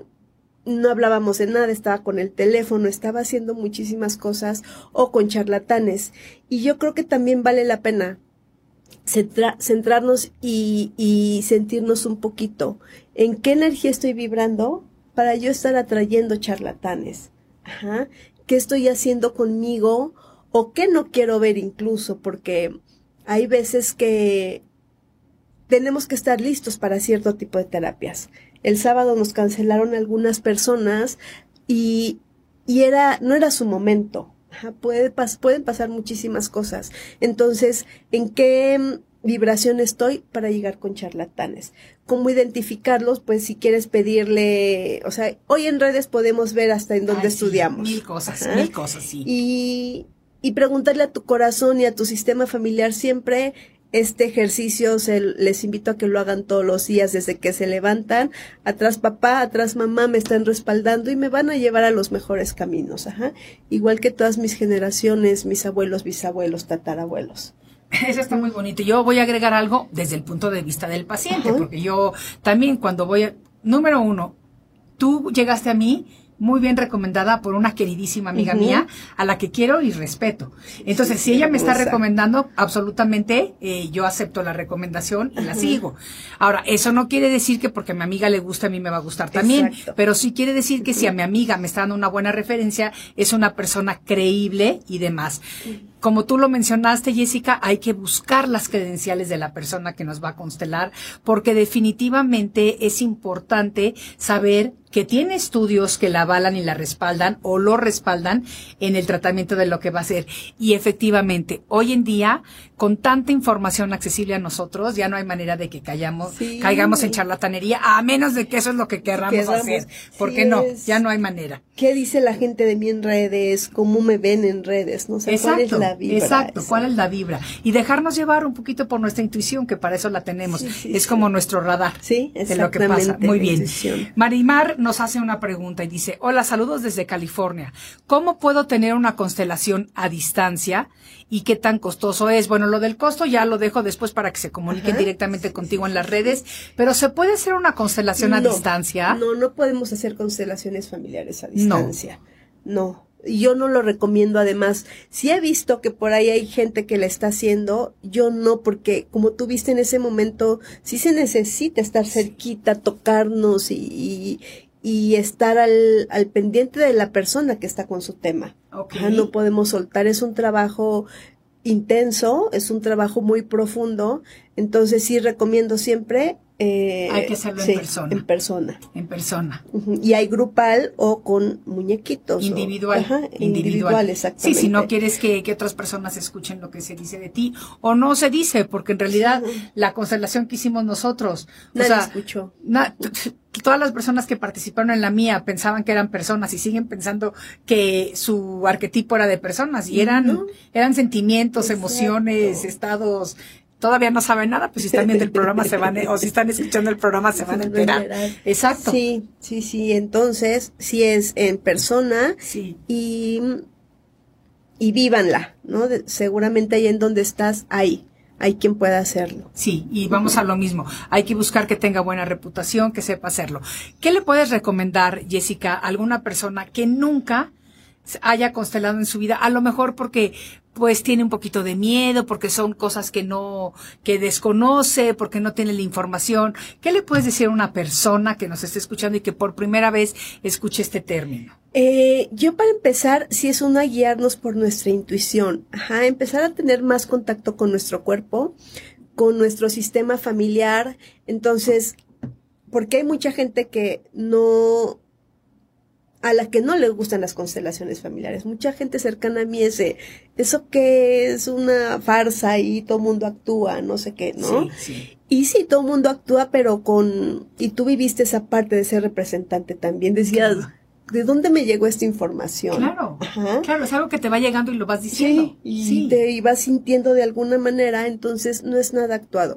no hablábamos de nada, estaba con el teléfono, estaba haciendo muchísimas cosas o con charlatanes. Y yo creo que también vale la pena centra- centrarnos y, y sentirnos un poquito en qué energía estoy vibrando para yo estar atrayendo charlatanes. Ajá. ¿Qué estoy haciendo conmigo o qué no quiero ver incluso? Porque hay veces que tenemos que estar listos para cierto tipo de terapias. El sábado nos cancelaron algunas personas y, y era, no era su momento. Ajá, puede pas, pueden pasar muchísimas cosas. Entonces, ¿en qué vibración estoy para llegar con charlatanes? ¿Cómo identificarlos? Pues si quieres pedirle, o sea, hoy en redes podemos ver hasta en dónde Ay, estudiamos. Sí, mil cosas, Ajá. mil cosas, sí. Y, y preguntarle a tu corazón y a tu sistema familiar siempre. Este ejercicio se, les invito a que lo hagan todos los días desde que se levantan. Atrás papá, atrás mamá me están respaldando y me van a llevar a los mejores caminos. Ajá. Igual que todas mis generaciones, mis abuelos, bisabuelos, tatarabuelos. Eso está muy bonito. Yo voy a agregar algo desde el punto de vista del paciente, uh-huh. porque yo también cuando voy a... Número uno, tú llegaste a mí muy bien recomendada por una queridísima amiga uh-huh. mía, a la que quiero y respeto. Entonces, sí, si ella me está recomendando, absolutamente, eh, yo acepto la recomendación y uh-huh. la sigo. Ahora, eso no quiere decir que porque a mi amiga le gusta, a mí me va a gustar también. Exacto. Pero sí quiere decir que uh-huh. si a mi amiga me está dando una buena referencia, es una persona creíble y demás. Uh-huh. Como tú lo mencionaste, Jessica, hay que buscar las credenciales de la persona que nos va a constelar, porque definitivamente es importante saber que tiene estudios que la avalan y la respaldan o lo respaldan en el tratamiento de lo que va a hacer. Y efectivamente, hoy en día, con tanta información accesible a nosotros, ya no hay manera de que callamos, sí. caigamos en charlatanería, a menos de que eso es lo que querramos Quedamos, hacer. Porque sí no, es. ya no hay manera. ¿Qué dice la gente de mí en redes? ¿Cómo me ven en redes? No sé, exacto, ¿cuál es la vibra? Exacto, esa? ¿cuál es la vibra? Y dejarnos llevar un poquito por nuestra intuición, que para eso la tenemos. Sí, sí, es sí. como nuestro radar sí, de lo que pasa. Muy bien. Intuición. Marimar nos hace una pregunta y dice, hola, saludos desde California. ¿Cómo puedo tener una constelación a distancia y qué tan costoso es? Bueno, lo del costo ya lo dejo después para que se comuniquen Ajá. directamente sí, contigo sí, en las redes, pero ¿se puede hacer una constelación no, a distancia? No, no podemos hacer constelaciones familiares a distancia. No. No. yo no lo recomiendo. Además, si he visto que por ahí hay gente que la está haciendo, yo no, porque como tú viste en ese momento, sí se necesita estar cerquita, tocarnos y, y, y estar al, al pendiente de la persona que está con su tema. Okay. Ajá, no podemos soltar, es un trabajo intenso, es un trabajo muy profundo, entonces sí recomiendo siempre Eh, hay que hacerlo sí, en persona. En persona. En persona. Uh-huh. Y hay grupal o con muñequitos. Individual. O, ajá, individual. individual, exactamente. Sí, si no quieres que, que otras personas escuchen lo que se dice de ti, o no se dice, porque en realidad sí. la constelación que hicimos nosotros, nadie o sea, escuchó. Na, todas las personas que participaron en la mía pensaban que eran personas y siguen pensando que su arquetipo era de personas y eran, ¿no? eran sentimientos, Exacto. emociones, estados. Todavía no saben nada, pues si están viendo el programa se van, o si están escuchando el programa se van a enterar. Exacto. Sí, sí, sí. Entonces, sí es en persona sí. y, y vívanla, ¿no? De, seguramente ahí en donde estás, hay, hay quien pueda hacerlo. Sí, y vamos a lo mismo. Hay que buscar que tenga buena reputación, que sepa hacerlo. ¿Qué le puedes recomendar, Jessica, a alguna persona que nunca haya constelado en su vida? A lo mejor porque pues tiene un poquito de miedo, porque son cosas que no, que desconoce, porque no tiene la información. ¿Qué le puedes decir a una persona que nos esté escuchando y que por primera vez escuche este término? Eh, yo para empezar, sí es una guiarnos por nuestra intuición. Ajá, empezar a tener más contacto con nuestro cuerpo, con nuestro sistema familiar. Entonces, porque hay mucha gente que no, a la que no le gustan las constelaciones familiares. Mucha gente cercana a mí es de, eso que es una farsa y todo el mundo actúa, no sé qué, ¿no? Sí, sí. Y sí, todo el mundo actúa, pero con, y tú viviste esa parte de ser representante también, decías, claro. ¿de dónde me llegó esta información? Claro, Ajá. claro, es algo que te va llegando y lo vas diciendo. Sí, y sí. te y vas sintiendo de alguna manera, entonces no es nada actuado.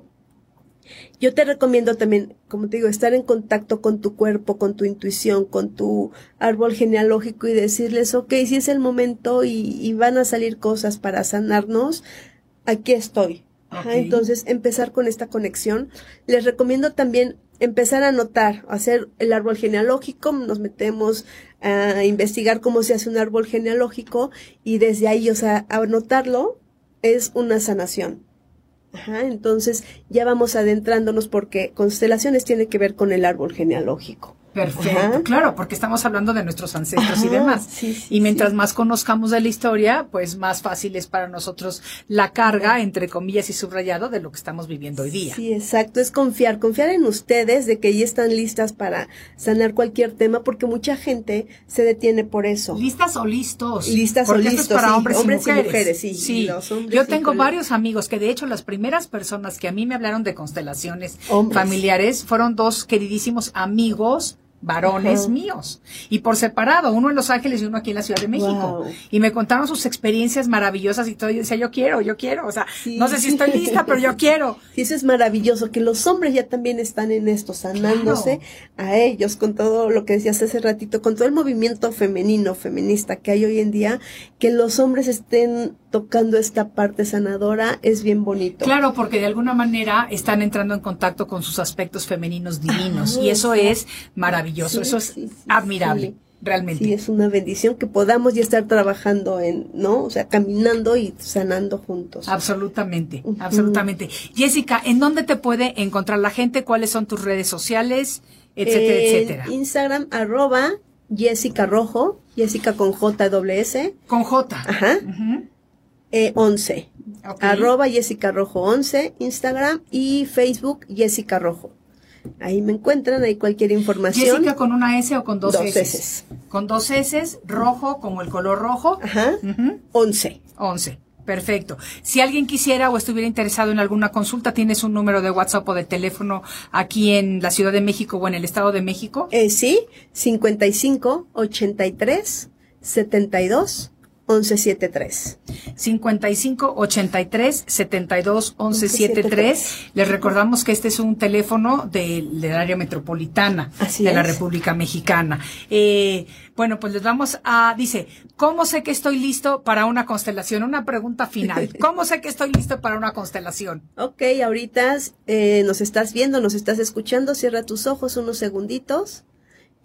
Yo te recomiendo también, como te digo, estar en contacto con tu cuerpo, con tu intuición, con tu árbol genealógico y decirles, ok, si es el momento y, y van a salir cosas para sanarnos, aquí estoy. Ajá, okay. Entonces, empezar con esta conexión. Les recomiendo también empezar a anotar, hacer el árbol genealógico, nos metemos a investigar cómo se hace un árbol genealógico y desde ahí, o sea, anotarlo es una sanación. Ajá, entonces ya vamos adentrándonos porque constelaciones tiene que ver con el árbol genealógico. Perfecto, Ajá. claro, porque estamos hablando de nuestros ancestros Ajá, y demás. Sí, sí, y mientras sí. más conozcamos de la historia, pues más fácil es para nosotros la carga, entre comillas y subrayado, de lo que estamos viviendo hoy día. Sí, exacto, es confiar, confiar en ustedes de que ya están listas para sanar cualquier tema, porque mucha gente se detiene por eso. ¿Listas o listos? Listas porque o listos, esto es para sí, hombres, hombres y mujeres. Y mujeres sí, sí. Y los hombres Yo tengo y varios amigos que de hecho las primeras personas que a mí me hablaron de constelaciones hombres. familiares fueron dos queridísimos amigos varones Ajá. míos, y por separado, uno en Los Ángeles y uno aquí en la Ciudad de México, wow. y me contaron sus experiencias maravillosas y todo, y yo decía, yo quiero, yo quiero, o sea, sí. no sé si estoy lista, pero yo quiero. Sí, eso es maravilloso, que los hombres ya también están en esto, sanándose claro. a ellos, con todo lo que decías hace ratito, con todo el movimiento femenino, feminista que hay hoy en día, que los hombres estén tocando esta parte sanadora, es bien bonito. Claro, porque de alguna manera están entrando en contacto con sus aspectos femeninos divinos, ah, y eso sí. es maravilloso, sí, eso es sí, sí, admirable. Sí. Realmente. Sí, es una bendición que podamos ya estar trabajando en, ¿no? O sea, caminando y sanando juntos. Absolutamente, uh-huh. absolutamente. Jessica, ¿en dónde te puede encontrar la gente? ¿Cuáles son tus redes sociales? Etcétera, eh, etcétera. Instagram, arroba, Jessica Rojo, Jessica con J W S. Con J. Ajá. Uh-huh. Eh, once. Okay. Arroba Jessica Rojo once, Instagram y Facebook Jessica Rojo. Ahí me encuentran, hay cualquier información. ¿Jessica con una S o con dos, dos S? S. Con dos S, rojo, como el color rojo. Ajá. Uh-huh. once. once. Perfecto. Si alguien quisiera o estuviera interesado en alguna consulta, ¿tienes un número de WhatsApp o de teléfono aquí en la Ciudad de México o en el Estado de México? Eh, sí, cincuenta y cinco, ochenta y tres, setenta y dos, once setenta y tres. cincuenta y cinco, ochenta y tres, setenta y dos, once setenta y tres. Les recordamos que este es un teléfono del, del área metropolitana Así de es. la República Mexicana. Eh, bueno, pues les vamos a, dice, ¿cómo sé que estoy listo para una constelación? Una pregunta final. ¿Cómo sé que estoy listo para una constelación? Ok, ahorita eh, nos estás viendo, nos estás escuchando, cierra tus ojos unos segunditos.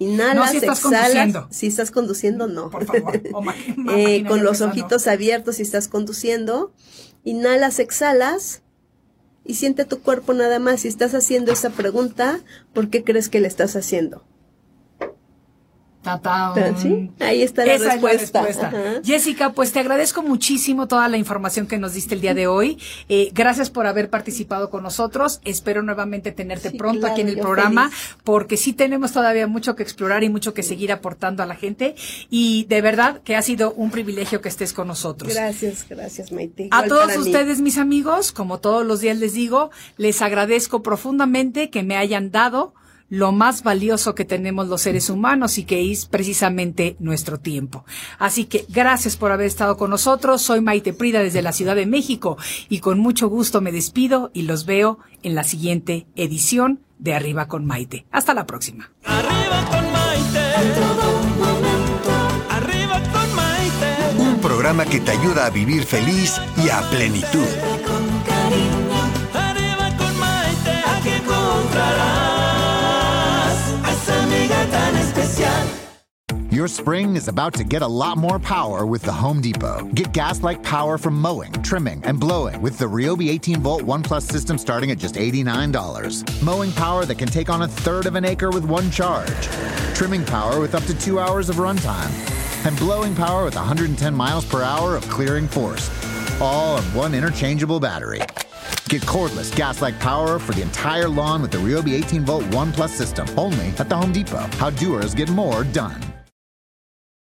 Inhalas, no, si estás exhalas. Conduciendo. Si estás conduciendo, no. Por favor. O ma- eh, con los esa, ojitos no. abiertos si estás conduciendo. Inhalas, exhalas. Y siente tu cuerpo nada más. Si estás haciendo esa pregunta, ¿por qué crees que le estás haciendo? Ta-tan. ¿Sí? Ahí está la Esa respuesta. es la respuesta. Ajá. Jessica, pues te agradezco muchísimo toda la información que nos diste el día de hoy. Eh, gracias por haber participado con nosotros. Espero nuevamente tenerte Sí, pronto claro, aquí en el yo programa, feliz. porque sí tenemos todavía mucho que explorar y mucho que seguir aportando a la gente. Y de verdad que ha sido un privilegio que estés con nosotros. Gracias, gracias, Maite. A Igual todos para mí. ustedes, mis amigos, como todos los días les digo, les agradezco profundamente que me hayan dado lo más valioso que tenemos los seres humanos y que es precisamente nuestro tiempo. Así que gracias por haber estado con nosotros. Soy Maite Prida desde la Ciudad de México y con mucho gusto me despido y los veo en la siguiente edición de Arriba con Maite. Hasta la próxima. Arriba con Maite. En todo momento. Arriba con Maite. Un programa que te ayuda a vivir feliz y a plenitud. Con cariño. Arriba con Maite. Aquí encontrarás a esa amiga tan especial. Your spring is about to get a lot more power with the Home Depot. Get gas-like power from mowing, trimming, and blowing with the Ryobi eighteen volt One Plus system starting at just eighty-nine dollars. Mowing power that can take on a third of an acre with one charge. Trimming power with up to two hours of runtime. And blowing power with one hundred ten miles per hour of clearing force. All on one interchangeable battery. Get cordless, gas-like power for the entire lawn with the Ryobi eighteen volt One Plus system. Only at the Home Depot. How doers get more done.